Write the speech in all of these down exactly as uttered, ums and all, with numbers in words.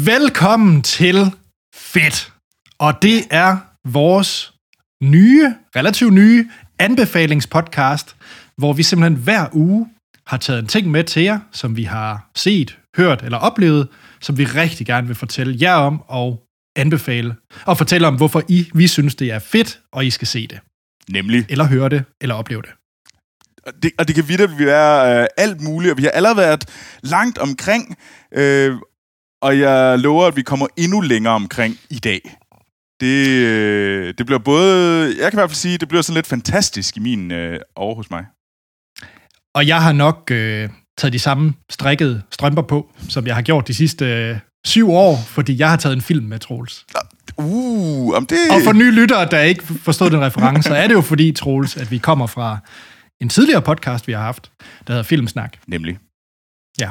Velkommen til Fedt. Og det er vores nye, relativt nye anbefalingspodcast, hvor vi simpelthen hver uge har taget en ting med til jer, som vi har set, hørt eller oplevet, som vi rigtig gerne vil fortælle jer om og anbefale, og fortælle om, hvorfor I, vi synes, det er fedt, og I skal se det. Nemlig. Eller høre det, eller opleve det. Og det, og det kan vitterligt være øh, alt muligt, og vi har allerede været langt omkring, øh, og jeg lover, at vi kommer endnu længere omkring i dag. Det, øh, det bliver både, jeg kan i hvert fald sige, det bliver sådan lidt fantastisk i min øh, over hos mig. Og jeg har nok øh, taget de samme strikkede strømper på, som jeg har gjort de sidste øh, syv år, fordi jeg har taget en film med, Troels. Uh, om det... Og for nye lyttere, der ikke forstod den reference, så er det jo fordi, Troels, at vi kommer fra en tidligere podcast, vi har haft, der hedder Filmsnak. Nemlig. Ja.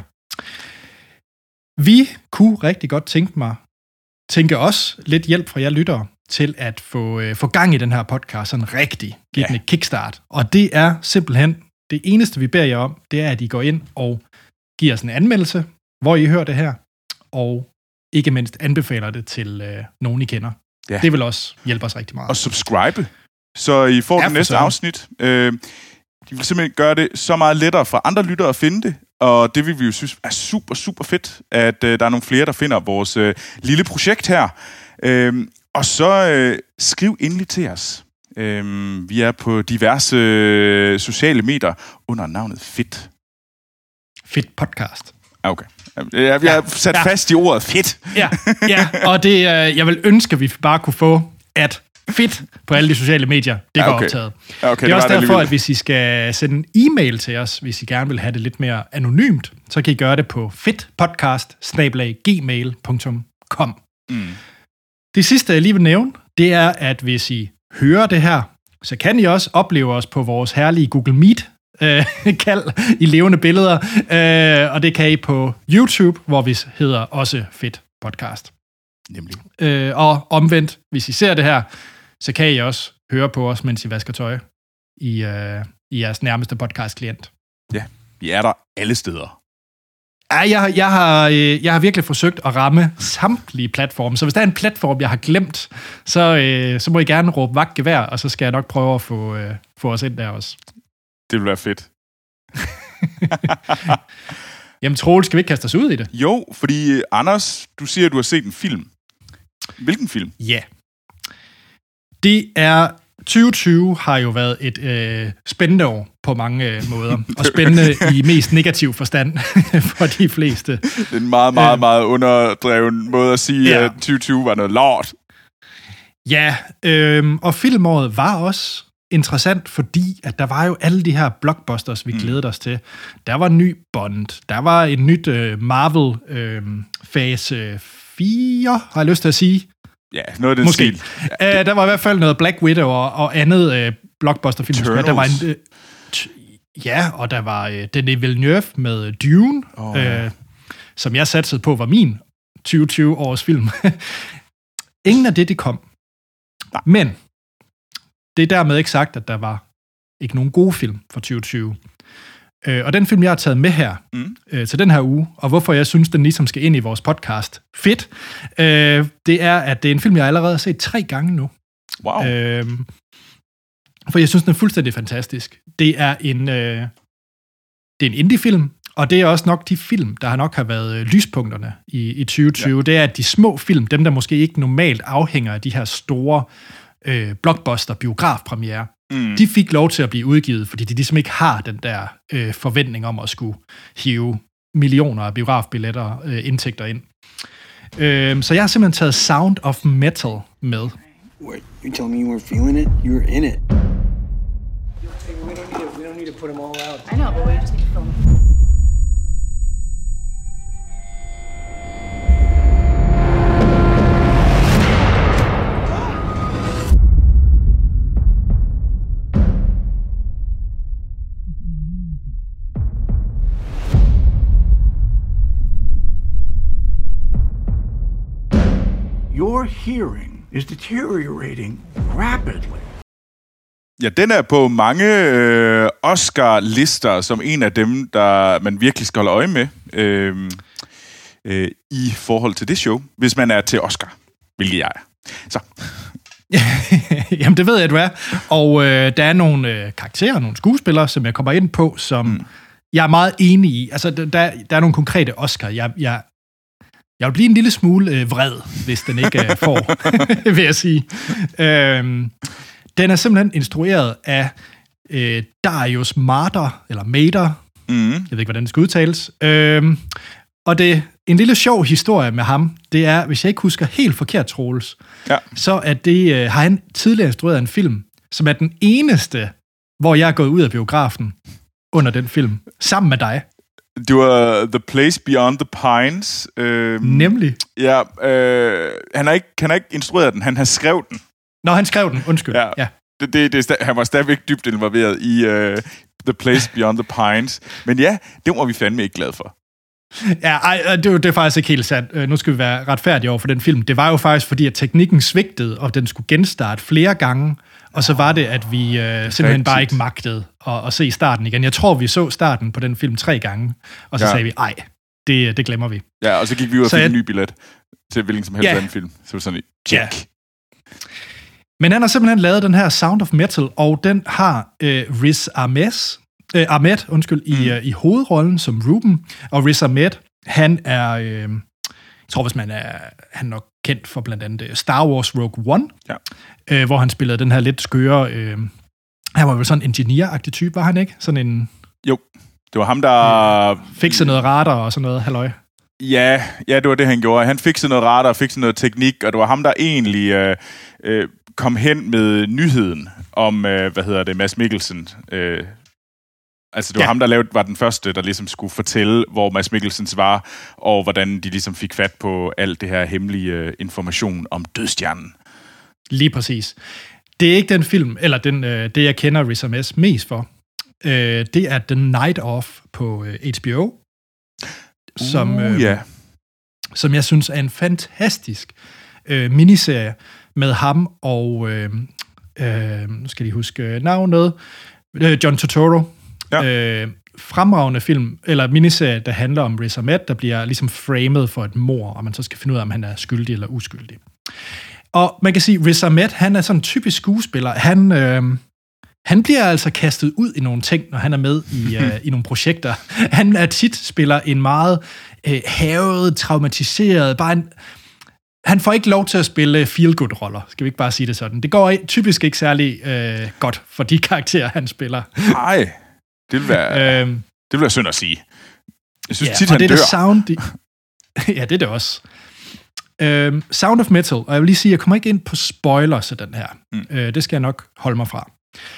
Vi kunne rigtig godt tænke mig, tænke os lidt hjælp fra jer lyttere, til at få, øh, få gang i den her podcast, sådan rigtig, give den et kickstart. Og det er simpelthen, det eneste vi beder jer om, det er, at I går ind og giver os en anmeldelse, hvor I hører det her, og ikke mindst anbefaler det til øh, nogen, I kender. Ja. Det vil også hjælpe os rigtig meget. Og subscribe, så I får ja, det næste sådan. afsnit. Øh, de vil simpelthen gøre det så meget lettere for andre lyttere at finde det, og det vil vi jo synes er super, super fedt, at øh, der er nogle flere, der finder vores øh, lille projekt her. Øh, og så øh, skriv endelig til os. Øh, vi er på diverse øh, sociale medier under navnet Fedt. Fedt podcast. Okay. Jeg, jeg har sat ja. fast i ordet fedt. Ja, ja. Og det, jeg vil ønske, at vi bare kunne få at fedt på alle de sociale medier. Det går okay. optaget. Okay, det er det også det derfor, at hvis I skal sende en e-mail til os, hvis I gerne vil have det lidt mere anonymt, så kan I gøre det på fedtpodcast snabel-a gmail punktum com. Mm. Det sidste, jeg lige vil nævne, det er, at hvis I hører det her, så kan I også opleve os på vores herlige Google Meet, Øh, kald i levende billeder, øh, og det kan I på YouTube, hvor vi hedder også Fedt Podcast. Nemlig. Øh, og omvendt, hvis I ser det her, så kan I også høre på os, mens I vasker tøj i, øh, i jeres nærmeste podcast-klient. Ja, vi er der alle steder. Ja, jeg, jeg, har, jeg har virkelig forsøgt at ramme samtlige platforme, så hvis der er en platform, jeg har glemt, så, øh, så må I gerne råbe vagt gevær, og så skal jeg nok prøve at få, øh, få os ind der også. Det vil være fedt. Jamen, Troels, skal vi ikke kaste os ud i det? Jo, fordi Anders, du siger, at du har set en film. Hvilken film? Ja. Det er... tyve tyve har jo været et øh, spændende år på mange øh, måder. Og spændende i mest negativ forstand for de fleste. Det er en meget, meget, meget underdreven måde at sige, ja. At tyve tyve var noget lort. Ja, øh, og filmåret var også interessant, fordi at der var jo alle de her blockbusters, vi mm. glædede os til. Der var en ny Bond, der var en nyt øh, Marvel øh, fase fire, har jeg lyst til at sige. Ja, noget af den Måske. stil. Ja, uh, der var i hvert fald noget Black Widow og, og andet uh, blockbuster-film. Der var en, uh, t- ja, og der var uh, Denis Villeneuve med Dune, oh, ja. uh, som jeg satsede på var min tyve tyve-års film. Ingen af det, det kom. Nej. Men det er dermed ikke sagt, at der var ikke nogen gode film for tyve tyve. Uh, og den film, jeg har taget med her mm. uh, til den her uge, og hvorfor jeg synes, den ligesom skal ind i vores podcast, fedt, uh, det er, at det er en film, jeg allerede har set tre gange nu. Wow. Uh, for jeg synes, den er fuldstændig fantastisk. Det er en, uh, det er en indie-film, og det er også nok de film, der har nok har været uh, lyspunkterne i, i tyve tyve. Ja. Det er, at de små film, dem der måske ikke normalt afhænger af de her store uh, blockbuster-biografpremiere, Mm. de fik lov til at blive udgivet, fordi de ligesom ikke har den der øh, forventning om at skulle hive millioner af biografbilletter øh, indtægter ind. Øh, så jeg har simpelthen taget Sound of Metal med. Wait, you told me you were feeling it? You were in it. We don't need to, we don't need to put them all out. I know, but we just need to film them. Your hearing is deteriorating rapidly. Ja, den er på mange øh, Oscar-lister som en af dem, der man virkelig skal holde øje med. Øh, øh, i forhold til det show, hvis man er til Oscar, hvilket jeg er. Så. Jamen, det ved jeg, du er. Og øh, der er nogle øh, karakterer, nogle skuespillere, som jeg kommer ind på, som mm. jeg er meget enig i. Altså, der, der er nogle konkrete Oscar. Jeg, jeg, jeg vil blive en lille smule øh, vred, hvis den ikke øh, får, vil jeg sige. Øhm, den er simpelthen instrueret af øh, Darius Marder, eller Mader. Mm. Jeg ved ikke, hvordan det skal udtales. Øhm, og det en lille sjov historie med ham, det er, hvis jeg ikke husker helt forkert, Troels, ja. så er det, øh, har han tidligere instrueret en film, som er den eneste, hvor jeg er gået ud af biografen under den film, sammen med dig. Det var The Place Beyond the Pines. Øhm, Nemlig. Ja, øh, han har ikke, han har ikke instrueret den, han har skrevet den. Nå, han skrev den, undskyld. Ja, ja. Det, det, det, han var stadigvæk dybt involveret i uh, The Place Beyond the Pines. Men ja, det var vi fandme ikke glade for. Ja, ej, det, det er faktisk ikke helt sandt. Nu skal vi være retfærdige over for den film. Det var jo faktisk fordi, at teknikken svigtede, og den skulle genstarte flere gange. Og så var det, at vi uh, simpelthen Rigtigt. bare ikke magtede at, at se starten igen. Jeg tror, vi så starten på den film tre gange, og så ja. sagde vi, ej, det, det glemmer vi. Ja, og så gik vi ud og fik jeg... en ny billet til hvilken som helst ja. anden film. Så var sådan et check. Ja. Men han har simpelthen lavet den her Sound of Metal, og den har øh, Riz Ahmed, øh, Ahmed undskyld, mm. i, øh, i hovedrollen som Ruben. Og Riz Ahmed, han er, øh, jeg tror, hvis man er, han er nok kendt for blandt andet Star Wars Rogue One, ja. øh, hvor han spillede den her lidt skøre, øh, han var vel sådan en engineer-agtig type, var han ikke? Sådan en... Jo, det var ham, der... Øh, fikse noget radar og sådan noget, halløj. Ja, ja, det var det, han gjorde. Han fikse noget radar, fikse noget teknik, og det var ham, der egentlig... Øh, øh, kom hen med nyheden om, øh, hvad hedder det, Mads Mikkelsen. Øh, altså, det var ja. ham, der lavede, var den første, der ligesom skulle fortælle, hvor Mads Mikkelsens var, og hvordan de ligesom fik fat på alt det her hemmelige øh, information om Dødstjernen. Lige præcis. Det er ikke den film, eller den, øh, det, jeg kender Riz Ahmed mest for. Øh, det er The Night Of på øh, H B O, uh, som, øh, yeah. som jeg synes er en fantastisk øh, miniserie, med ham og, øh, øh, nu skal de huske navnet, øh, John Turturro. Ja. Øh, fremragende film, eller miniserie, der handler om Riz Ahmed, der bliver ligesom framed for et mord, og man så skal finde ud af, om han er skyldig eller uskyldig. Og man kan sige, at Riz Ahmed, han er sådan en typisk skuespiller. Han, øh, han bliver altså kastet ud i nogle ting, når han er med i, øh, i nogle projekter. Han er tit spiller en meget øh, havet, traumatiseret, bare en... Han får ikke lov til at spille feel-good-roller, skal vi ikke bare sige det sådan. Det går typisk ikke særlig øh, godt for de karakterer, han spiller. Nej, det vil være, øhm, det vil være synd at sige. Jeg synes ja, tit, han det dør. Det sound, de... ja, det er det også. Øhm, Sound of Metal, og jeg vil lige sige, jeg kommer ikke ind på spoilers af den her. Mm. Øh, det skal jeg nok holde mig fra.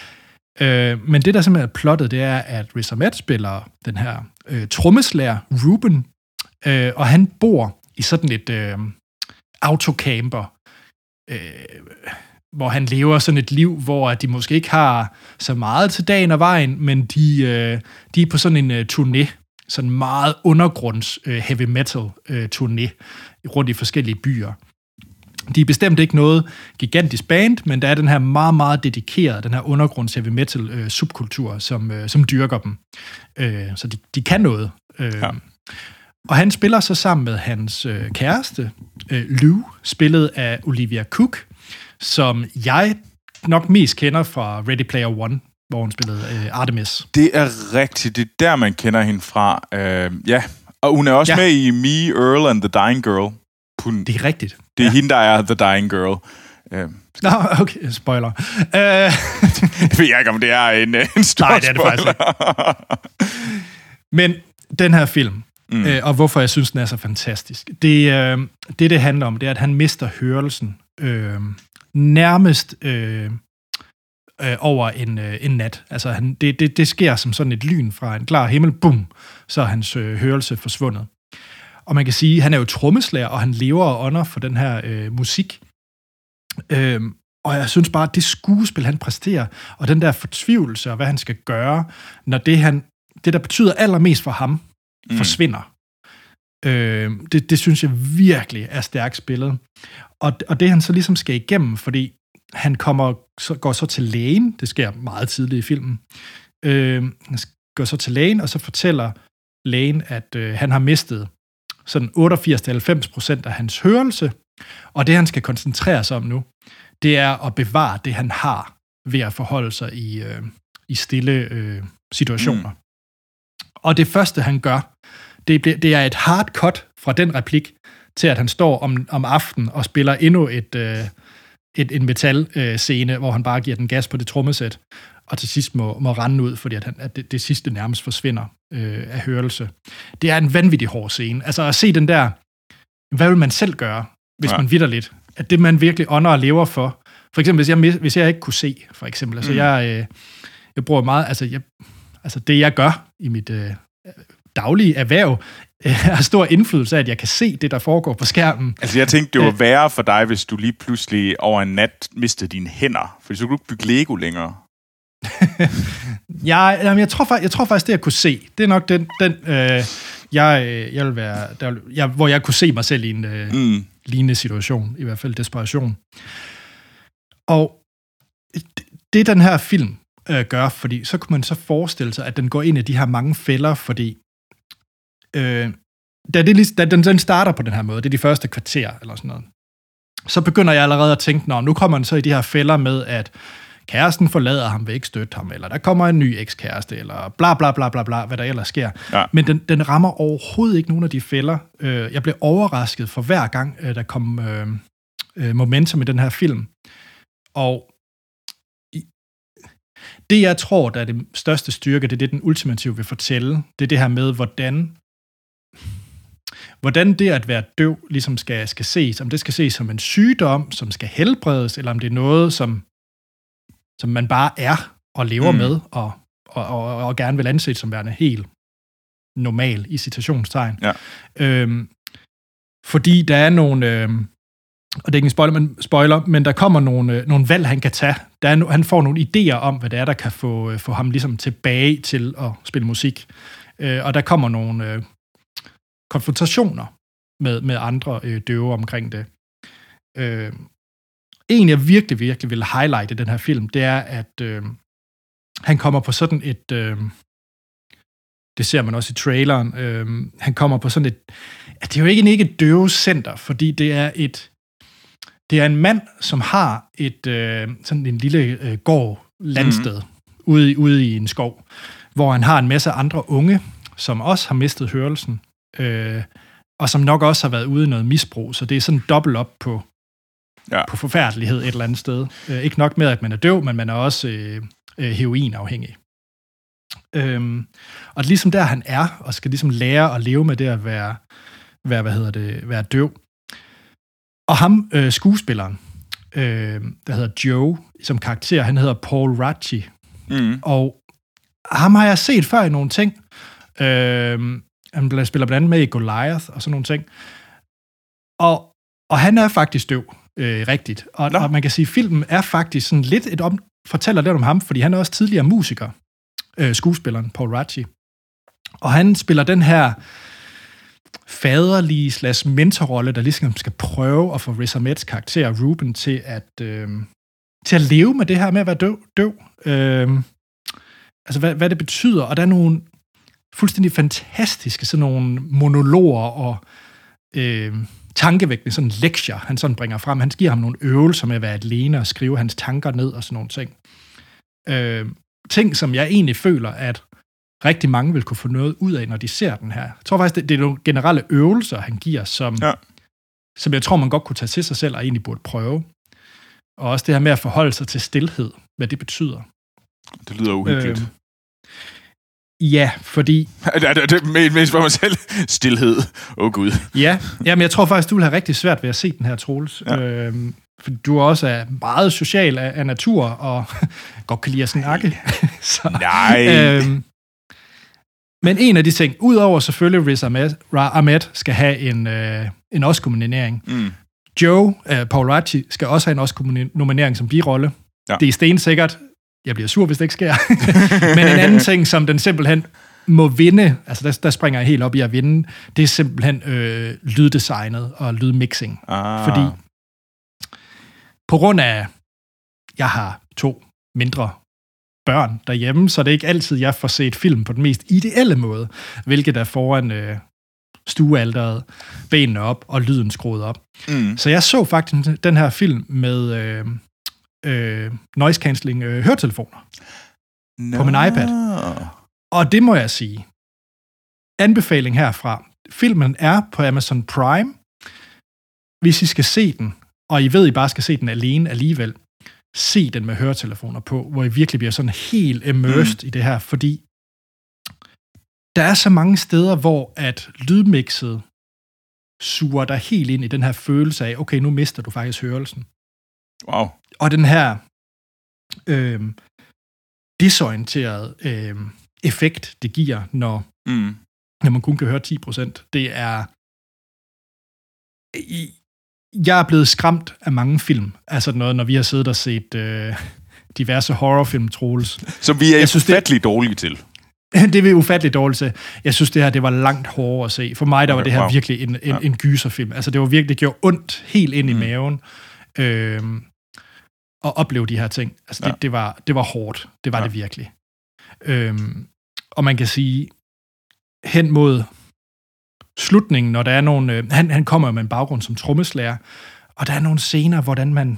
Øh, men det, der simpelthen er plottet, det er, at Riz Ahmed spiller den her øh, trommeslager, Ruben, øh, og han bor i sådan et... Øh, autocamper, øh, hvor han lever sådan et liv, hvor de måske ikke har så meget til dagen og vejen, men de, øh, de er på sådan en øh, turné, sådan meget undergrunds øh, heavy metal øh, turné rundt i forskellige byer. De er bestemt ikke noget gigantisk band, men der er den her meget, meget dedikerede, den her undergrunds heavy metal øh, subkultur, som, øh, som dyrker dem. Øh, så de, de kan noget. Øh, ja. Og han spiller så sammen med hans øh, kæreste, øh, Lou, spillet af Olivia Cook, som jeg nok mest kender fra Ready Player One, hvor hun spillede øh, Artemis. Det er rigtigt. Det er der, man kender hende fra. Øh, ja, og hun er også ja. med i Me, Earl and the Dying Girl. Hun, det er rigtigt. Det er ja. hende, der er The Dying Girl. Øh, Nå, okay, spoiler. Øh, jeg ved ikke, om det er en, en stor Nej, det er det faktisk ikke. Men den her film, Mm. Øh, og hvorfor jeg synes, den er så fantastisk. Det, øh, det, det handler om, det er, at han mister hørelsen øh, nærmest øh, øh, over en, øh, en nat. Altså, han, det, det, det sker som sådan et lyn fra en klar himmel. Bum! Så er hans øh, hørelse forsvundet. Og man kan sige, han er jo trommeslager, og han lever og ånder for den her øh, musik. Øh, og jeg synes bare, at det skuespil, han præsterer, og den der fortvivlelse, og hvad han skal gøre, når det, han, det der betyder allermest for ham, Mm. forsvinder. Øh, det, det synes jeg virkelig er stærkt spillet. Og, og det han så ligesom skal igennem, fordi han kommer, så, går så til lægen, det sker meget tidligt i filmen, øh, han går så til lægen, og så fortæller lægen, at øh, han har mistet sådan otteogfirs til halvfems procent af hans hørelse, og det, han skal koncentrere sig om nu, det er at bevare det, han har, ved at forholde sig i, øh, i stille øh, situationer. Mm. Og det første, han gør, det, det er et hard cut fra den replik, til at han står om, om aftenen og spiller endnu et, øh, et, en metal-scene, øh, hvor han bare giver den gas på det trommesæt, og til sidst må, må rende ud, fordi at han, at det, det sidste nærmest forsvinder øh, af hørelse. Det er en vanvittig hård scene. Altså at se den der, hvad vil man selv gøre, hvis ja. man vitterligt, at det man virkelig ånder og lever for. For eksempel, hvis jeg, hvis jeg ikke kunne se, for eksempel, altså mm. jeg, øh, jeg bruger meget, altså, jeg, altså det jeg gør i mit øh, daglige erhverv, øh, har stor indflydelse af, at jeg kan se det, der foregår på skærmen. Altså jeg tænkte, det var værre for dig, hvis du lige pludselig over en nat mistede dine hænder, for så kunne du ikke bygge Lego længere. jeg, jamen, jeg, tror, jeg tror faktisk, det jeg kunne se, det er nok den, den øh, jeg, jeg vil være, der, jeg, hvor jeg kunne se mig selv i en øh, mm. lignende situation, i hvert fald desperation. Og det, den her film øh, gør, fordi så kunne man så forestille sig, at den går ind i de her mange fælder, fordi øh, da, det, da den, den starter på den her måde, det er de første kvarter, eller sådan noget, så begynder jeg allerede at tænke, nå, nu kommer den så i de her fælder med, at kæresten forlader ham, vil ikke støtte ham, eller der kommer en ny ekskæreste, eller bla bla bla bla bla, hvad der ellers sker. Ja. Men den, den rammer overhovedet ikke nogen af de fælder. Øh, jeg blev overrasket for hver gang, øh, der kom øh, øh, momentum i den her film. Og i, det, jeg tror, der er det største styrke, det er det, den ultimative vil fortælle, det er det her med, hvordan hvordan det at være døv ligesom skal, skal ses, om det skal ses som en sygdom, som skal helbredes, eller om det er noget, som som man bare er og lever mm. med, og, og, og, og gerne vil anse som værende helt normal i citationstegn. Ja. Øhm, fordi der er nogle, øhm, og det er ikke en spoiler, men, spoiler, men der kommer nogle, øh, nogle valg, han kan tage. Der er, han får nogle idéer om, hvad det er, der kan få, øh, få ham ligesom tilbage til at spille musik. Øh, og der kommer nogle øh, konfrontationer med, med andre øh, døve omkring det. Øh, En, jeg virkelig, virkelig vil highlighte i den her film, det er, at øh, han kommer på sådan et, øh, det ser man også i traileren, øh, han kommer på sådan et, at det er jo ikke en ikke døvecenter, fordi det er et, det er en mand, som har et, øh, sådan en lille øh, gård, landsted, mm. ude, ude i en skov, hvor han har en masse andre unge, som også har mistet hørelsen, øh, og som nok også har været ude i noget misbrug, så det er sådan dobbelt op på, Ja. på forfærdelighed et eller andet sted. Øh, ikke nok med, at man er døv, men man er også øh, øh, heroinafhængig. Øhm, og ligesom der han er, og skal ligesom lære at leve med det at være, være hvad hedder det, være døv. Og ham, øh, skuespilleren, øh, der hedder Joe, som karakter, han hedder Paul Raci. Mm. Og ham har jeg set før i nogle ting. Øh, han spiller blandt andet med i Goliath og sådan nogle ting. Og, og han er faktisk døv. Øh, rigtigt. Og, og man kan sige, at filmen er faktisk sådan lidt et om, fortæller lidt om ham, fordi han er også tidligere musiker, øh, skuespilleren Paul Raci. Og han spiller den her faderlige slash mentorrolle, der ligesom skal prøve at få Riz Ahmeds karakter, Ruben, til at, øh, til at leve med det her med at være døv. døv. Øh, altså, hvad, hvad det betyder. Og der er nogle fuldstændig fantastiske sådan nogle monologer og øh, tankevækkende sådan lektier, han sådan bringer frem. Han giver ham nogle øvelser med at være alene og skrive hans tanker ned og sådan nogle ting. Øh, ting, som jeg egentlig føler, at rigtig mange vil kunne få noget ud af, når de ser den her. Jeg tror faktisk, det, det er nogle generelle øvelser, han giver, som, ja. som jeg tror, man godt kunne tage til sig selv og egentlig burde prøve. Og også det her med at forholde sig til stilhed, hvad det betyder. Det lyder uhyggeligt. Øh, Ja, fordi... Det er mest for mig selv. Stilhed. Åh, oh, Gud. Ja, jamen, jeg tror faktisk, du vil have rigtig svært ved at se den her, Troels. Ja. Øhm, for du er også er meget social af, af natur, og godt kan lide at snakke. Så, Nej. Øhm, men en af de ting, udover selvfølgelig Riz Ahmed, Ahmed skal have en, øh, en Oscar-nominering. Mm. Joe, øh, Paul Raci, skal også have en Oscar-nominering som birolle. Ja. Det er stensikkert. Jeg bliver sur, hvis det ikke sker. Men en anden ting, som den simpelthen må vinde, altså der, der springer jeg helt op i at vinde, det er simpelthen øh, lyddesignet og lydmixing. Ah. Fordi på grund af, jeg har to mindre børn derhjemme, så det er ikke altid, jeg får set film på den mest ideelle måde, hvilket er foran øh, stuealderet, benene op og lyden skruet op. Mm. Så jeg så faktisk den her film med øh, øh, noise cancelling øh, høretelefoner no. på min iPad. Og det må jeg sige. Anbefaling herfra. Filmen er på Amazon Prime. Hvis I skal se den, og I ved, I bare skal se den alene alligevel, se den med høretelefoner på, hvor I virkelig bliver sådan helt immersed mm. i det her, fordi der er så mange steder, hvor at lydmixet suger dig helt ind i den her følelse af, okay, nu mister du faktisk hørelsen. Wow. Og den her øh, desorienterede øh, effekt, det giver, når, mm. når man kun kan høre ti procent, det er... I, jeg er blevet skræmt af mange film. Altså noget, når vi har siddet og set øh, diverse horrorfilm, Troels. Som vi er ufatteligt dårlige til. Det er vi ufatteligt dårligt til. Jeg synes, det her det var langt hårdere at se. For mig, der var okay, det her wow. virkelig en, en, ja. en gyserfilm. Altså, det var virkelig, det gjorde ondt helt ind mm. i maven øh, at opleve de her ting. Altså, det, ja. det, var, det var hårdt. Det var ja. det virkelig. Øh, og man kan sige, hen mod slutningen, når der er nogle... Øh, han, han kommer med en baggrund som trommeslager, og der er nogle scener, hvordan man...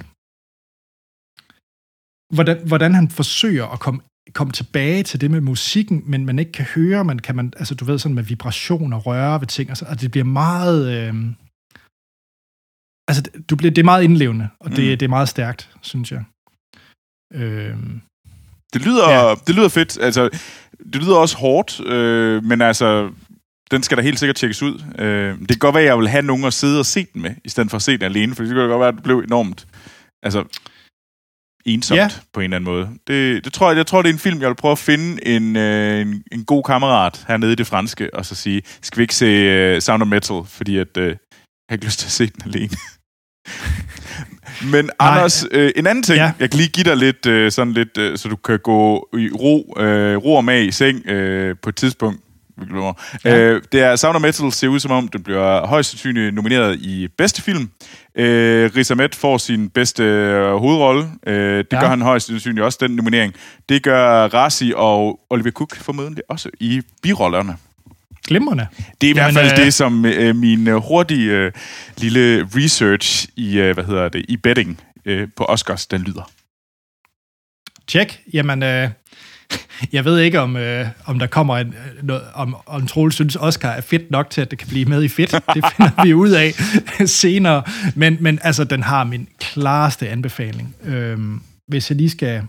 Hvordan, hvordan han forsøger at komme komme tilbage til det med musikken, men man ikke kan høre, man kan man, altså du ved, sådan med vibrationer, røre ved ting, altså, og det bliver meget, øh, altså du bliver, det er meget indlevende, og det, mm. det er meget stærkt, synes jeg. Øh, det lyder, ja. det lyder fedt, altså, det lyder også hårdt, øh, men altså, den skal da helt sikkert tjekkes ud. Øh, det kan godt være, at jeg vil have nogen at sidde og se den med, i stedet for at se den alene, for det kan godt være, at det blev enormt, altså, ensomt ja. på en eller anden måde. Det, det tror jeg, jeg tror, det er en film, jeg vil prøve at finde en, øh, en, en god kammerat hernede i det franske, og så sige, skal vi ikke se uh, Sound of Metal, fordi at, uh, jeg har ikke lyst til at se den alene. Men Nej. Anders, øh, en anden ting, ja. jeg kan lige give dig lidt, øh, sådan lidt, øh, så du kan gå i ro, øh, ro og mag i seng øh, på et tidspunkt. Ja. Øh, det er Sound of Metal ser ud som om, den bliver højst sandsynligt nomineret i bedste film. Øh, Riz Ahmed får sin bedste øh, hovedrolle. Øh, det ja. gør han højst sandsynligt også, den nominering. Det gør Razi og Olivia Cook formodentlig også i birollerne. Glimrende. Det er i Jamen, hvert fald øh... det, som øh, min hurtige øh, lille research i, øh, hvad hedder det, i betting øh, på Oscars, den lyder. Tjek. Jamen, øh, jeg ved ikke, om, øh, om der kommer en, noget, om, om Troels synes, Oscar er fedt nok til, at det kan blive med i fedt. Det finder vi ud af senere. Men, men altså, den har min klareste anbefaling. Øhm, hvis jeg lige skal...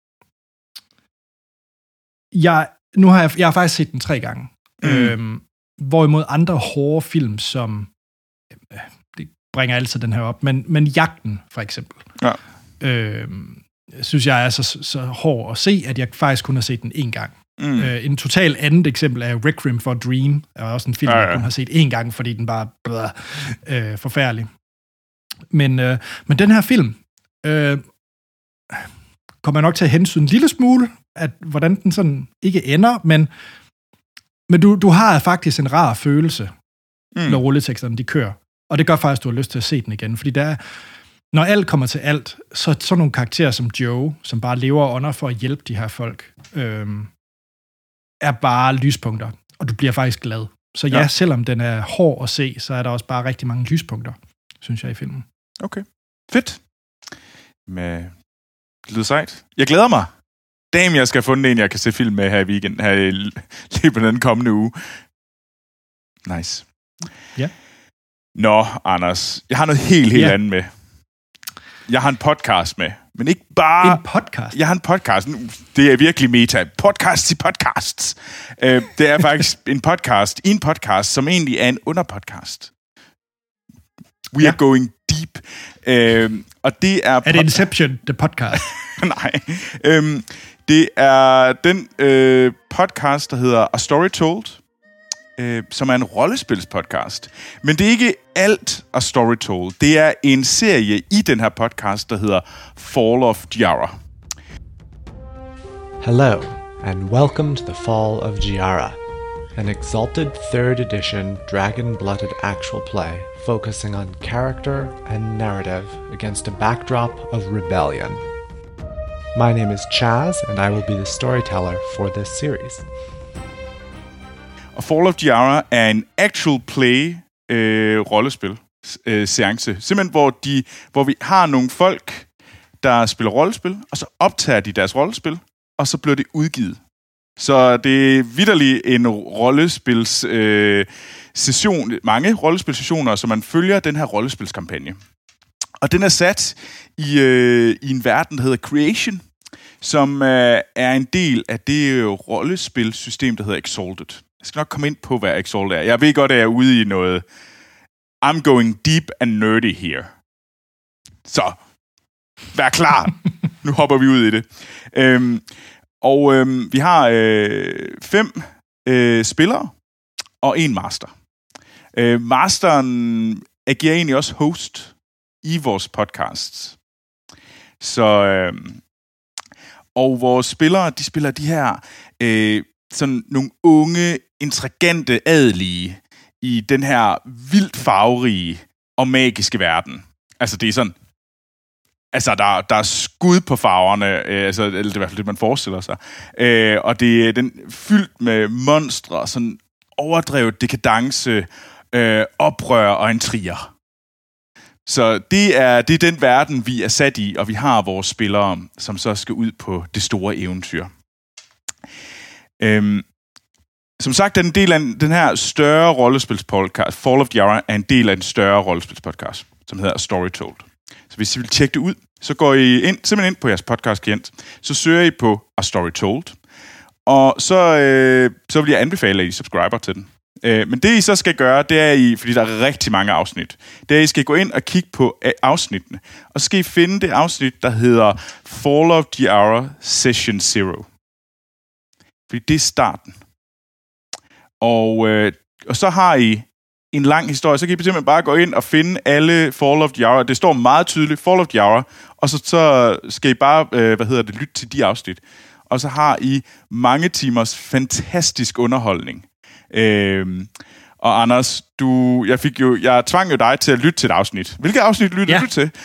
Jeg, nu har jeg, jeg har faktisk set den tre gange. Mm. Øhm, hvorimod andre hårde film, som... Øh, det bringer altid den her op, men, men Jagten, for eksempel. Ja. Øhm, synes jeg er så, så hård at se, at jeg faktisk kun har set den én gang. Mm. Øh, en total andet eksempel er Requiem for a Dream, er også en film, ja, ja. jeg kun har set én gang, fordi den bare er øh, forfærdelig. Men, øh, men den her film øh, kommer jeg nok til at hensyn en lille smule, at hvordan den sådan ikke ender, men, men du, du har faktisk en rar følelse, mm. når rulleteksterne de kører. Og det gør faktisk, at du har lyst til at se den igen, fordi der er når alt kommer til alt, så sådan nogle karakterer som Joe, som bare lever under for at hjælpe de her folk, øhm, er bare lyspunkter, og du bliver faktisk glad. Så ja, ja, selvom den er hård at se, så er der også bare rigtig mange lyspunkter, synes jeg, i filmen. Okay. Fedt. Med... Det lyder sejt. Jeg glæder mig. Damn, jeg skal have fundet en, jeg kan se film med her i weekend, her i, lige på den kommende uge. Nice. Ja. Nå, Anders, jeg har noget helt, helt ja. andet med. Jeg har en podcast med, men ikke bare... En podcast? Jeg har en podcast. Det er virkelig meta. Podcasts i podcasts. Uh, det er faktisk en podcast i en podcast, som egentlig er en underpodcast. We ja. are going deep. Uh, og det er... Er det Inception, the podcast? Nej. Um, det er den uh, podcast, der hedder A Story Told, uh, som er en rollespilspodcast. Men det er ikke alt A Story Told. Det er en serie i den her podcast, der hedder Fall of Giara. Hello, and welcome to the Fall of Giara, an exalted third edition dragon-blooded actual play focusing on character and narrative against a backdrop of rebellion. My name is Chaz, and I will be the storyteller for this series. Og Fall of Giara er en actual play øh, rollespil øh, seance. Simpelthen, hvor, de, hvor vi har nogle folk, der spiller rollespil, og så optager de deres rollespil, og så bliver det udgivet. Så det er vitterligt en rollespils øh, session, mange rollespilsessioner, så man følger den her rollespilskampagne. Og den er sat i, øh, i en verden, der hedder Creation, som øh, er en del af det rollespilsystem, der hedder Exalted. Jeg skal nok komme ind på, hvad Exalted er. Jeg ved godt, at jeg er ude i noget I'm going deep and nerdy here. Så, vær klar. Nu hopper vi ud i det. Øhm, og øhm, vi har øh, fem øh, spillere og en master. Øh, masteren agerer egentlig også host i vores podcast. Så, øh, og vores spillere, de spiller de her øh, sådan nogle unge, intrigante adelige i den her vildt farverige og magiske verden. Altså, det er sådan, altså, der, der er skud på farverne, øh, altså, eller det er i hvert fald det, man forestiller sig. Øh, og det er den fyldt med monstre, sådan overdrevet dekadence, øh, oprør og intriger. Så det er, det er den verden, vi er sat i, og vi har vores spillere, som så skal ud på det store eventyr. Øhm, som sagt er den del af den her større rollespilspodcast. Fall of Giara er en del af en større rollespilspodcast, som hedder Story Told. Så hvis I vil tjekke det ud, så går I ind, simpelthen ind på jeres podcast-klient, så søger I på A Story Told, og så, øh, så vil jeg anbefale, at I subscriber til den. Øh, men det I så skal gøre, det er I, fordi der er rigtig mange afsnit, det er, at I skal gå ind og kigge på afsnittene, og så skal I finde det afsnit, der hedder Fall of Giara Session Zero. Fordi det er starten. Og, øh, og så har I en lang historie, så kan I simpelthen bare gå ind og finde alle Fall of Giara. Det står meget tydeligt, Fall of Giara, og så, så skal I bare, øh, hvad hedder det, lytte til de afsnit. Og så har I mange timers fantastisk underholdning. Øh, og Anders, du, jeg fik jo, jeg tvang jo dig til at lytte til et afsnit. Hvilket afsnit lyttede ja. du til?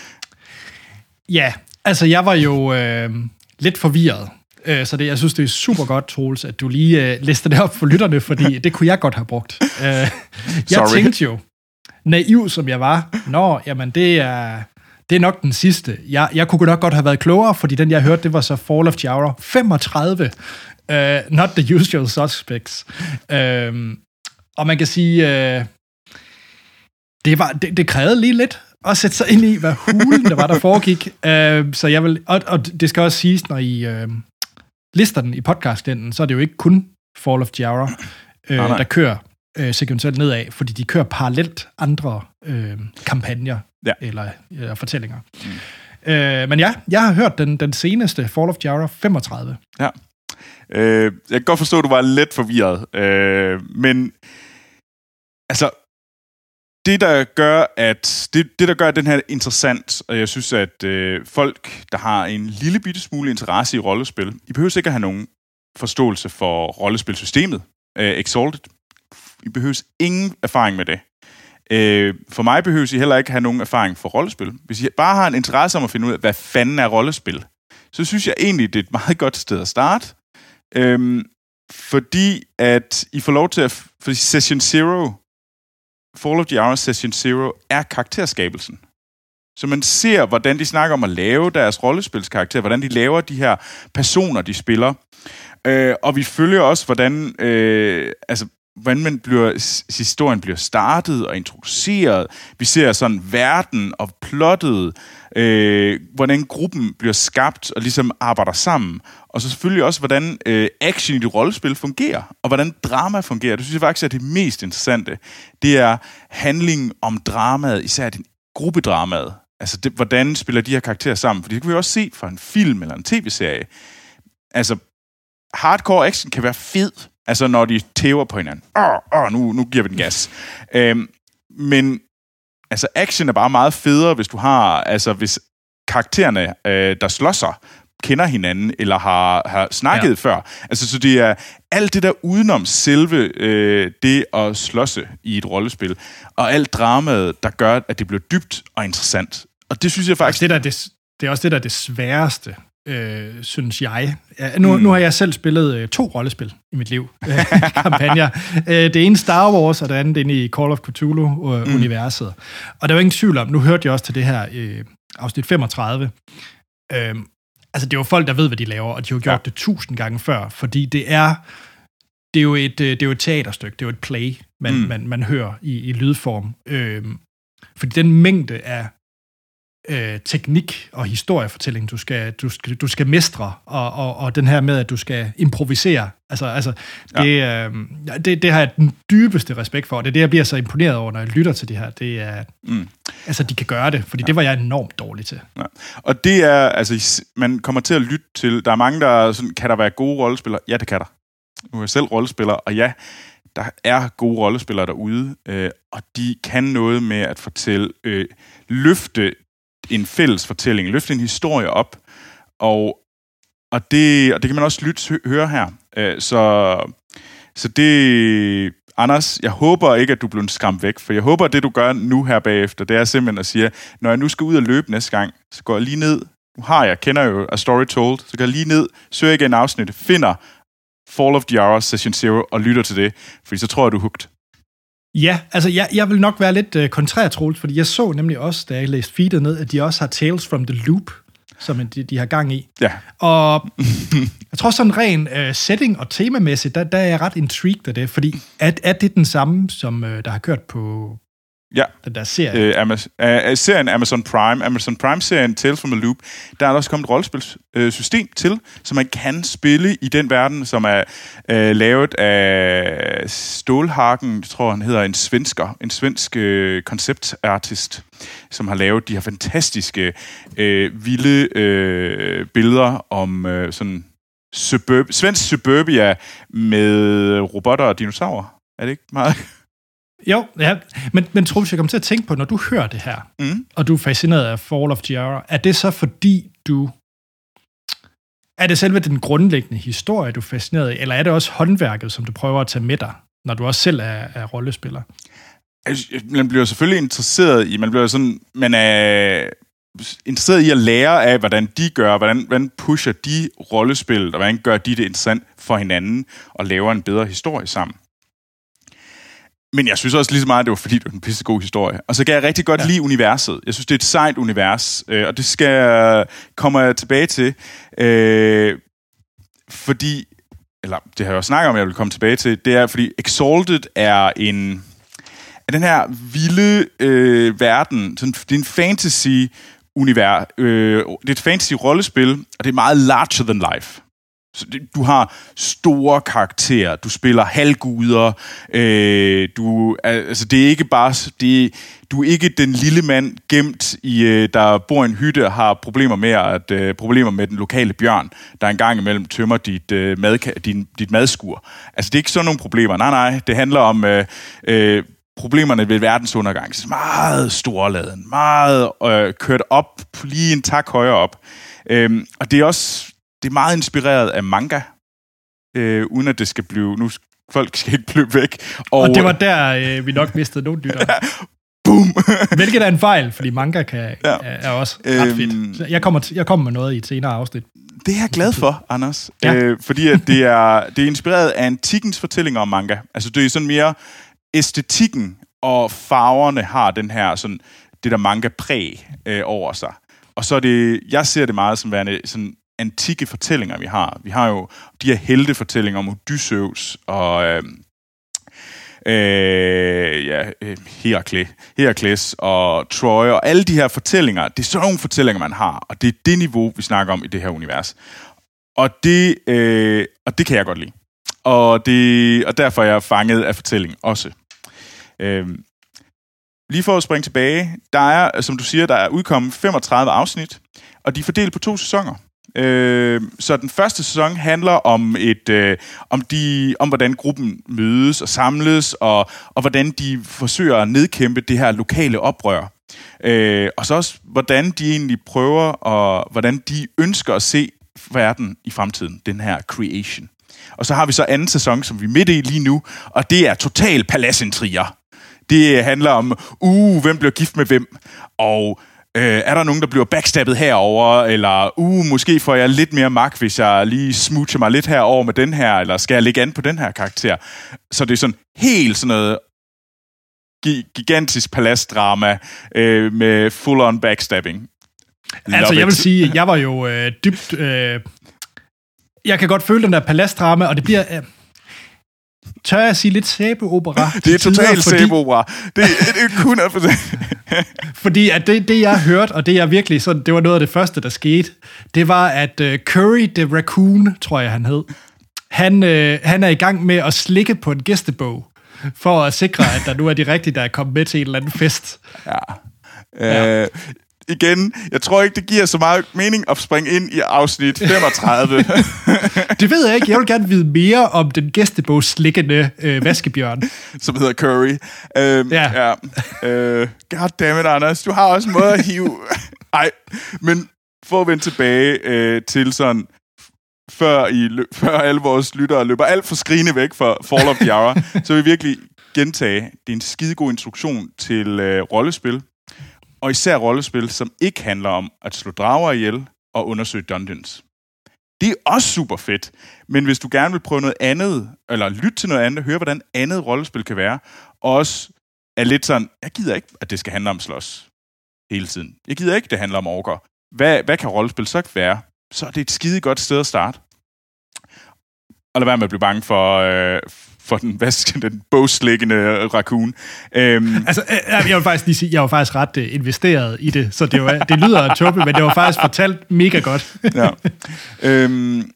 Ja, altså jeg var jo øh, lidt forvirret. Så det, jeg synes, det er super godt, Troels, at du lige uh, lister det op for lytterne, fordi det kunne jeg godt have brugt. Uh, jeg Sorry. tænkte jo, naiv som jeg var, nå, jamen det er, det er nok den sidste. Jeg, jeg kunne nok godt have været klogere, fordi den, jeg hørte, det var så Fall of Giara femogtredive. Uh, not the usual suspects. Uh, og man kan sige, uh, det, var, det, det krævede lige lidt at sætte sig ind i, hvad hulen der var, der foregik. Uh, så jeg vil, og, og det skal også siges, når I... Uh, lister den i podcastenden, så er det jo ikke kun Fall of Giara, øh, nej, nej. der kører øh, sekventielt nedad, fordi de kører parallelt andre øh, kampagner ja. eller, eller fortællinger. Mm. Øh, men ja, jeg har hørt den, den seneste Fall of Giara femogtredive. Ja. Øh, jeg kan godt forstå, at du var lidt forvirret, øh, men altså det der gør at det, det der gør den her interessant, og jeg synes at øh, folk der har en lille bitte smule interesse i rollespil, I behøver ikke at have nogen forståelse for rollespilsystemet, øh, Exalted. I behøver ingen erfaring med det. Øh, for mig behøver I heller ikke have nogen erfaring for rollespil. Hvis I bare har en interesse om at finde ud af, hvad fanden er rollespil, så synes jeg egentlig, det er et meget godt sted at starte. Øh, fordi at I får lov til at... For Session Zero, Fall of Giara Session Zero, er karakterskabelsen. Så man ser, hvordan de snakker om at lave deres rollespilskarakter, hvordan de laver de her personer, de spiller. Øh, og vi følger også, hvordan... Øh, altså, hvordan man bliver, historien bliver startet og introduceret. Vi ser sådan verden og plottet, øh, hvordan gruppen bliver skabt og ligesom arbejder sammen. Og så selvfølgelig også, hvordan øh, action i det rollespil fungerer, og hvordan drama fungerer. Det synes jeg faktisk er det mest interessante. Det er handlingen om dramaet, især det gruppedramaet. Altså, det, hvordan spiller de her karakterer sammen? For det kan vi også se fra en film eller en tv-serie. Altså, hardcore action kan være fed, altså når de tæver på hinanden. Åh, åh, nu, nu giver vi den gas. Øhm, men altså action er bare meget federe, hvis du har, altså hvis karaktererne, øh, der slår sig, kender hinanden, eller har, har snakket ja. før. Altså så det er alt det der udenom selve øh, det at slåsse i et rollespil, og alt dramaet, der gør, at det bliver dybt og interessant. Og det synes jeg faktisk... Det, der, det, det er også det, der er det sværeste øh, synes jeg. Ja, nu, mm. nu har jeg selv spillet øh, to rollespil i mit liv, kampagner. Øh, det ene Star Wars, og det andet inde i Call of Cthulhu-universet. Mm. Og der var ingen tvivl om, nu hørte jeg også til det her øh, afsnit femogtredive. Øh, altså, det er jo folk, der ved, hvad de laver, og de har gjort ja. det tusind gange før, fordi det er, det er, jo, et, det er jo et teaterstykke, det er jo et play, man, mm. man, man hører i, i lydform. Øh, fordi den mængde af Øh, teknik og historiefortælling, du skal, du skal, du skal mestre, og, og, og den her med, at du skal improvisere. Altså, altså det, ja. øh, det, det har jeg den dybeste respekt for, og det er det, jeg bliver så imponeret over, når jeg lytter til det her. Det er, mm. altså, de kan gøre det, fordi ja. det var jeg enormt dårlig til. Ja. Og det er, altså, man kommer til at lytte til, der er mange, der sådan, kan der være gode rollespillere? Ja, det kan der. Nu er jeg selv rollespiller, og ja, der er gode rollespillere derude, øh, og de kan noget med at fortælle, øh, løfte en fælles fortælling, løfte en historie op, og, og, det, og det kan man også lytte høre her. Så, så det, Anders, jeg håber ikke, at du bliver skræmt væk, for jeg håber, at det, du gør nu her bagefter, det er simpelthen at sige, når jeg nu skal ud og løbe næste gang, så går jeg lige ned, nu har jeg, kender jo A Story Told, så går jeg lige ned, søger igen afsnit, finder Fall of Giara Session Zero og lytter til det, fordi så tror jeg, du er hooked. Ja, altså jeg, jeg vil nok være lidt øh, kontrær, Troels, fordi jeg så nemlig også, da jeg læste feedet ned, at de også har Tales from the Loop, som de, de har gang i. Ja. Og jeg tror sådan ren øh, setting og temamæssigt, der, der er jeg ret intrigued af det, fordi er, er det den samme, som øh, der har kørt på ja. den der serie? Øh, Amazon, øh, serien Amazon Prime, Amazon Prime-serien Tales from the Loop, der er der også kommet et rollespilsystem øh, til, som man kan spille i den verden, som er øh, lavet af Stålhagen, jeg tror han hedder en svensker, en svensk øh, konceptartist, som har lavet de her fantastiske, øh, vilde øh, billeder om øh, sådan suburb, svensk suburbia med robotter og dinosaurer. Er det ikke meget? Jo, ja. Men, men Troels, jeg kommer til at tænke på, når du hører det her, mm. og du er fascineret af Fall of Giara, er det så fordi du... Er det selve den grundlæggende historie, du er fascineret af, eller er det også håndværket, som du prøver at tage med dig, når du også selv er, er rollespiller? Altså, man bliver selvfølgelig interesseret i, man bliver sådan, man er interesseret i at lære af, hvordan de gør, hvordan, hvordan pusher de rollespil, og hvordan gør de det interessant for hinanden, og laver en bedre historie sammen. Men jeg synes også lige så meget, at det var fordi, det var en pissegod historie. Og så kan jeg rigtig godt ja. lide universet. Jeg synes, det er et sejt univers, øh, og det skal kommer jeg tilbage til. Øh, fordi, eller det har jeg jo snakket om, jeg vil komme tilbage til, det er, fordi Exalted er en er den her vilde øh, verden. Sådan, det er en fantasy-univers. Øh, det er et fantasy-rollespil, og det er meget larger than life. Så det, du har store karakterer, du spiller halvguder, øh, du, altså det er ikke bare, det, du er ikke den lille mand gemt i, øh, der bor i en hytte og har problemer med at øh, problemer med den lokale bjørn, der engang imellem tømmer dit, øh, mad, din, dit madskur. Altså det er ikke sådan nogle problemer. Nej, nej, det handler om øh, øh, problemerne ved verdens undergang. Så meget storladen, meget øh, kørt op, lige en tak højere op. Øh, og det er også Det er meget inspireret af manga, øh, uden at det skal blive... Nu, folk skal ikke blive væk. Og, og det var der, øh, vi nok mistede nogle dytter. Boom! Hvilket er en fejl, fordi manga kan, ja. er også ret øhm, fedt. Så jeg kommer, jeg kommer med noget i et senere afsnit. Det er jeg glad for, Anders. Ja. Øh, fordi at det, er, det er inspireret af antikkens fortællinger om manga. Altså det er sådan mere æstetikken og farverne har den her sådan, det der manga-præg øh, over sig. Og så er det... Jeg ser det meget som værende sådan antikke fortællinger, vi har. Vi har jo de her heltefortællinger om Odysseus og øh, øh, ja, Herakles, Herakles og Troy og alle de her fortællinger. Det er sådan nogle fortællinger, man har, og det er det niveau, vi snakker om i det her univers. Og det, øh, og det kan jeg godt lide. Og, det, og derfor er jeg fanget af fortælling også. Øh, lige for at springe tilbage, der er, som du siger, der er udkommet femogtredive afsnit, og de er fordelt på to sæsoner. Øh, så den første sæson handler om et øh, om de om hvordan gruppen mødes og samles og og hvordan de forsøger at nedkæmpe det her lokale oprør. Øh, og så også hvordan de egentlig prøver og hvordan de ønsker at se verden i fremtiden, den her creation. Og så har vi så anden sæson, som vi er midt i lige nu, og det er total paladsintriger. Det handler om uh hvem bliver gift med hvem og øh, er der nogen, der bliver backstabbet herover, eller uh, måske får jeg lidt mere magt, hvis jeg lige smoocher mig lidt herover med den her, eller skal jeg lægge an på den her karakter? Så det er sådan helt sådan noget gigantisk palastdrama øh, med full-on backstabbing. Love altså, jeg it. vil sige, jeg var jo øh, dybt... Øh, jeg kan godt føle den der palastdrama, og det bliver... Øh, tør jeg sige lidt sæbeopera? Det er totalt sæbeopera. Det, det er hundrede procent. Fordi at det, det, jeg hørte, og det jeg virkelig... Sådan, det var noget af det første, der skete, det var, at uh, Curry the Raccoon, tror jeg, han hed, han, øh, han er i gang med at slikke på en gæstebog, for at sikre, at der nu er de rigtige, der er kommet med til en eller anden fest. Ja. ja. Øh, igen, jeg tror ikke, det giver så meget mening at springe ind i afsnit femogtredive. Det ved jeg ikke. Jeg vil gerne vide mere om den gæstebogslikkende øh, vaskebjørn. Som hedder Curry. Øh, ja. ja. Øh, Goddammit, Anders. Du har også en måde at hive... Ej, men for at vende tilbage øh, til sådan... Før, I, før alle vores lyttere løber alt for skrigende væk fra Fall of Jara, så vil vi virkelig gentage, det er en skidegod instruktion til øh, rollespil, og især rollespil, som ikke handler om at slå drager ihjel og undersøge dungeons. Det er også super fedt, men hvis du gerne vil prøve noget andet, eller lytte til noget andet, høre, hvordan andet rollespil kan være, og også er lidt sådan, jeg gider ikke, at det skal handle om slås hele tiden. Jeg gider ikke, det handler om orker. Hvad, hvad kan rollespil så være? Så er det et skide godt sted at starte. Og lad være med at blive bange for, øh, for den, hvad, den bogslikkende raccoon. Øhm. Altså, jeg vil faktisk lige sige, jeg var faktisk ret uh, investeret i det, så det, var, det lyder tåbeligt, men det var faktisk fortalt mega godt. ja. Øhm.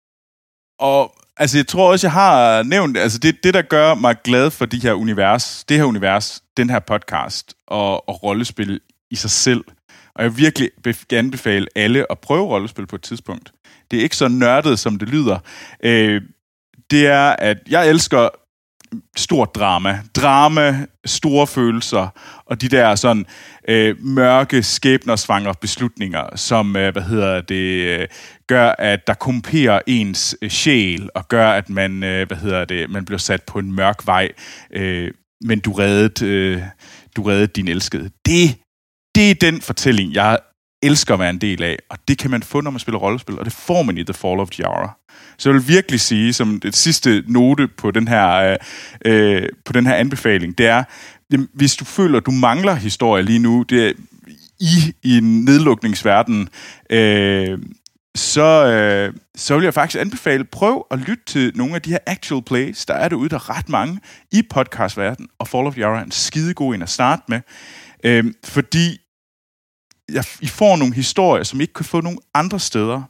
Og altså, jeg tror også, jeg har nævnt, altså det, det, der gør mig glad for de her univers, det her univers, den her podcast og, og rollespil i sig selv. Og jeg vil virkelig anbefale alle at prøve rollespil på et tidspunkt. Det er ikke så nørdet, som det lyder. Øh, det er, at jeg elsker stort drama. Drama, store følelser, og de der sådan øh, mørke, skæbnersvangre beslutninger, som, øh, hvad hedder det, øh, gør, at der korrumperer ens øh, sjæl, og gør, at man, øh, hvad hedder det, man bliver sat på en mørk vej, øh, men du reddede, øh, du reddede din elskede. Det Det er den fortælling, jeg elsker at være en del af, og det kan man få, når man spiller rollespil, og det får man i The Fall of Jara. Så jeg vil virkelig sige, som det sidste note på den her, øh, på den her anbefaling, det er, hvis du føler, du mangler historie lige nu, det er i, i en nedlukningsverden, øh, så, øh, så vil jeg faktisk anbefale, prøv at lytte til nogle af de her actual plays, der er derude, der er ret mange i podcastverdenen, og Fall of Jara er en skidegod en at starte med, øh, fordi jeg, I får nogle historier, som I ikke kan få nogen andre steder.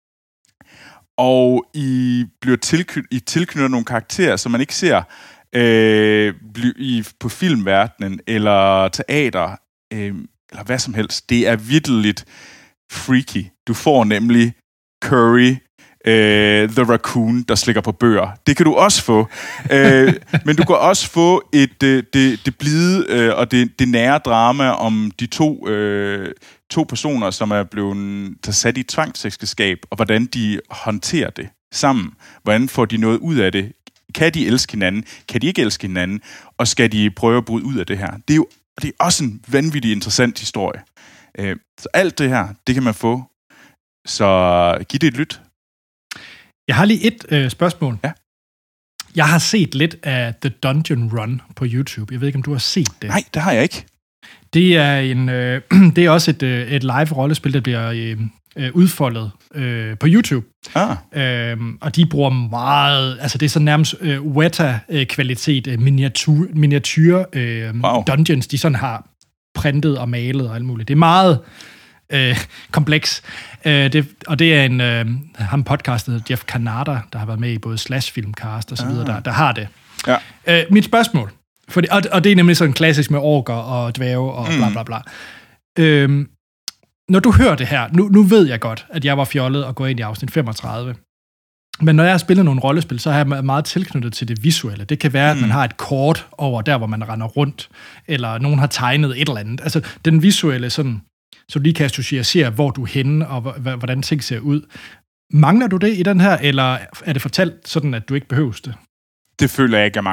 Og I bliver tilknyttet, I tilknytter nogle karakterer, som man ikke ser øh, i, på filmverdenen, eller teater, øh, eller hvad som helst. Det er vitterligt freaky. Du får nemlig Curry, øh, The Raccoon, der slikker på bøger. Det kan du også få. øh, men du kan også få et, det, det, det blide øh, og det, det nære drama om de to, øh, to personer, som er blevet sat i tvangsægteskab, og hvordan de håndterer det sammen. Hvordan får de noget ud af det? Kan de elske hinanden? Kan de ikke elske hinanden? Og skal de prøve at bryde ud af det her? Det er jo det er også en vanvittig interessant historie. Øh, så alt det her, det kan man få. Så giv det et lyt. Jeg har lige et øh, spørgsmål. Ja. Jeg har set lidt af The Dungeon Run på YouTube. Jeg ved ikke, om du har set det. Nej, det har jeg ikke. Det er, en, øh, det er også et, øh, et live-rollespil, der bliver øh, udfoldet øh, på YouTube. Ah. Øhm, og de bruger meget... Altså, det er så nærmest øh, Weta-kvalitet, øh, miniatyr, miniatyr øh, wow. dungeons, de sådan har printet og malet og alt muligt. Det er meget... Øh, kompleks. Øh, det, og det er en øh, ham podcastet Jeff Kanata, der har været med i både Slash Filmcast og så videre, ah. der, der har det. Ja. Øh, mit spørgsmål, for det, og, og det er nemlig sådan klassisk med orker og dvæve og bla bla bla. Mm. Øh, når du hører det her, nu, nu ved jeg godt, at jeg var fjollet og gå ind i afsnit femogtredive. Men når jeg har spillet nogle rollespil, så har jeg meget tilknyttet til det visuelle. Det kan være, at man har et kort over der, hvor man render rundt, eller nogen har tegnet et eller andet. Altså, den visuelle sådan, så du lige kan associere, hvor du er henne, og hvordan ting ser ud. Mangler du det i den her, eller er det fortalt sådan, at du ikke behøves det? Det føler jeg ikke, jeg mangler.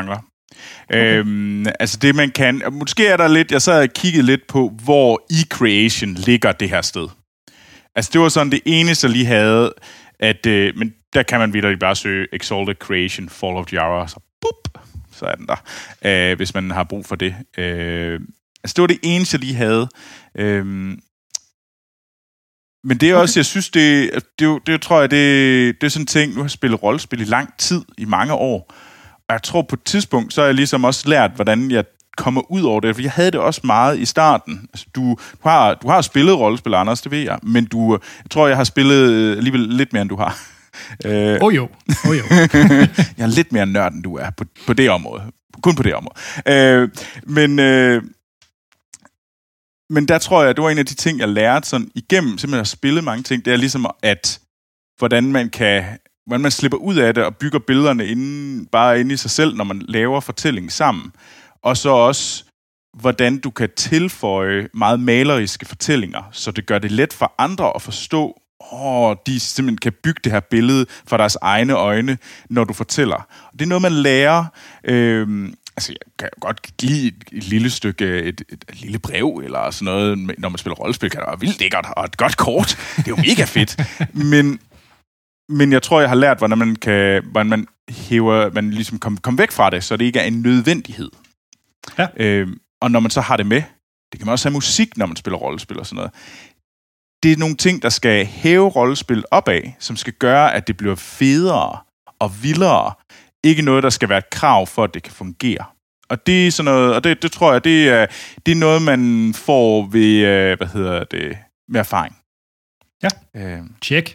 Okay. Øhm, altså det, man kan... Måske er der lidt... Jeg sad og kiggede lidt på, hvor e-creation ligger det her sted. Altså det var sådan det eneste, jeg lige havde, at... Øh, men der kan man virkelig bare søge Exalted Creation, Fall of Jara, så bup, så er den der, øh, hvis man har brug for det. Øh, altså det var det eneste, jeg lige havde. Øh, men det er også, okay. Jeg synes, det, det, det tror jeg, det, det er sådan en ting, nu har jeg spillet rollespil i lang tid, i mange år, og jeg tror på et tidspunkt, så har jeg ligesom også lært, hvordan jeg kommer ud over det, for jeg havde det også meget i starten. Altså, du, du, har, du har spillet rollespil, Anders, det ved jeg, men du, jeg tror, jeg har spillet alligevel lidt mere, end du har. Åh øh, oh jo, oh jo. Jeg er lidt mere nørd, end du er på, på det område. Kun på det område. Øh, men, øh, men der tror jeg, det var en af de ting, jeg lærte sådan igennem, simpelthen at spille mange ting, det er ligesom, at hvordan man kan, hvordan man slipper ud af det og bygger billederne inde, bare inde i sig selv, når man laver fortællingen sammen. Og så også, hvordan du kan tilføje meget maleriske fortællinger, så det gør det let for andre at forstå, åh, de simpelthen kan bygge det her billede for deres egne øjne, når du fortæller. Det er noget, man lærer. Øhm, altså, jeg kan godt give et, et lille stykke, et, et, et lille brev, eller sådan noget, når man spiller rollespil, kan det være vildt lækkert, og et godt kort. Det er jo mega fedt. Men, men jeg tror, jeg har lært, hvordan man kan, hvordan man hæver, man ligesom kommer kom væk fra det, så det ikke er en nødvendighed. Ja. Øhm, og når man så har det med, det kan man også have musik, når man spiller rollespil og sådan noget. Det er nogle ting, der skal hæve rollespil opad, som skal gøre, at det bliver federe og vildere. Ikke noget, der skal være et krav for, at det kan fungere. Og det er sådan noget, og det, det tror jeg, det er, det er noget, man får ved, hvad hedder det, med erfaring. Ja, øh. Check.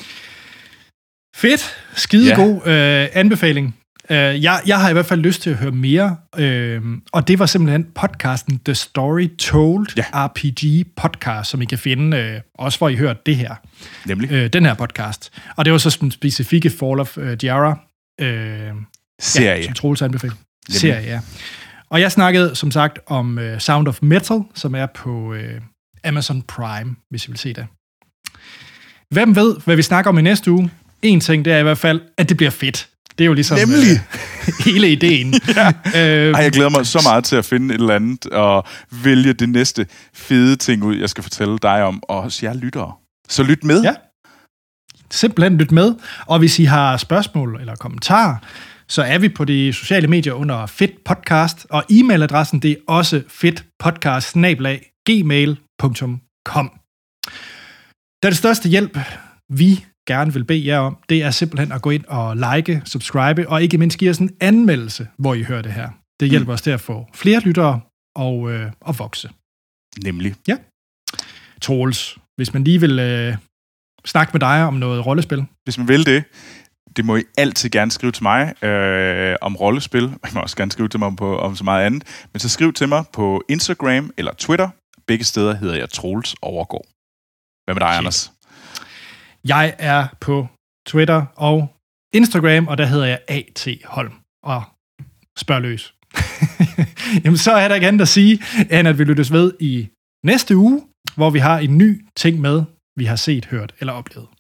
Fedt. Skidegod ja. øh, anbefaling. Uh, jeg, jeg har i hvert fald lyst til at høre mere, uh, og det var simpelthen podcasten The Story Told, ja. R P G podcast, som I kan finde, uh, også hvor I hørte det her. Nemlig. Uh, den her podcast. Og det var så den specifikke Fall of uh, Jara. Uh, Serie. Ja, som Troels anbefaling. Serie, ja. Og jeg snakkede, som sagt, om uh, Sound of Metal, som er på uh, Amazon Prime, hvis I vil se det. Hvem ved, hvad vi snakker om i næste uge? En ting, det er i hvert fald, at det bliver fedt. Det er jo ligesom Nemlig. Øh, hele ideen. Ja. Øh, Ej, jeg glæder mig så meget til at finde et eller andet og vælge det næste fede ting ud, jeg skal fortælle dig om, og også jer lyttere. Så lyt med. Ja. Simpelthen lyt med. Og hvis I har spørgsmål eller kommentarer, så er vi på de sociale medier under Fedt Podcast, og e-mailadressen det er også fedtpodcast snabel-a gmail punktum com. Den største hjælp, vi gerne vil bede jer om, det er simpelthen at gå ind og like, subscribe, og ikke mindst give os en anmeldelse, hvor I hører det her. Det hjælper mm. os til at få flere lyttere og, øh, og vokse. Nemlig. Ja. Troels, hvis man lige vil øh, snakke med dig om noget rollespil. Hvis man vil det, det må I altid gerne skrive til mig øh, om rollespil. I må også gerne skrive til mig på, om så meget andet. Men så skriv til mig på Instagram eller Twitter. Begge steder hedder jeg Troels Overgaard. Hvad med dig, okay. Anders? Jeg er på Twitter og Instagram, og der hedder jeg A T Holm. Og spørg løs. Jamen, så er der ikke andet at sige, end at vi lyttes ved i næste uge, hvor vi har en ny ting med, vi har set, hørt eller oplevet.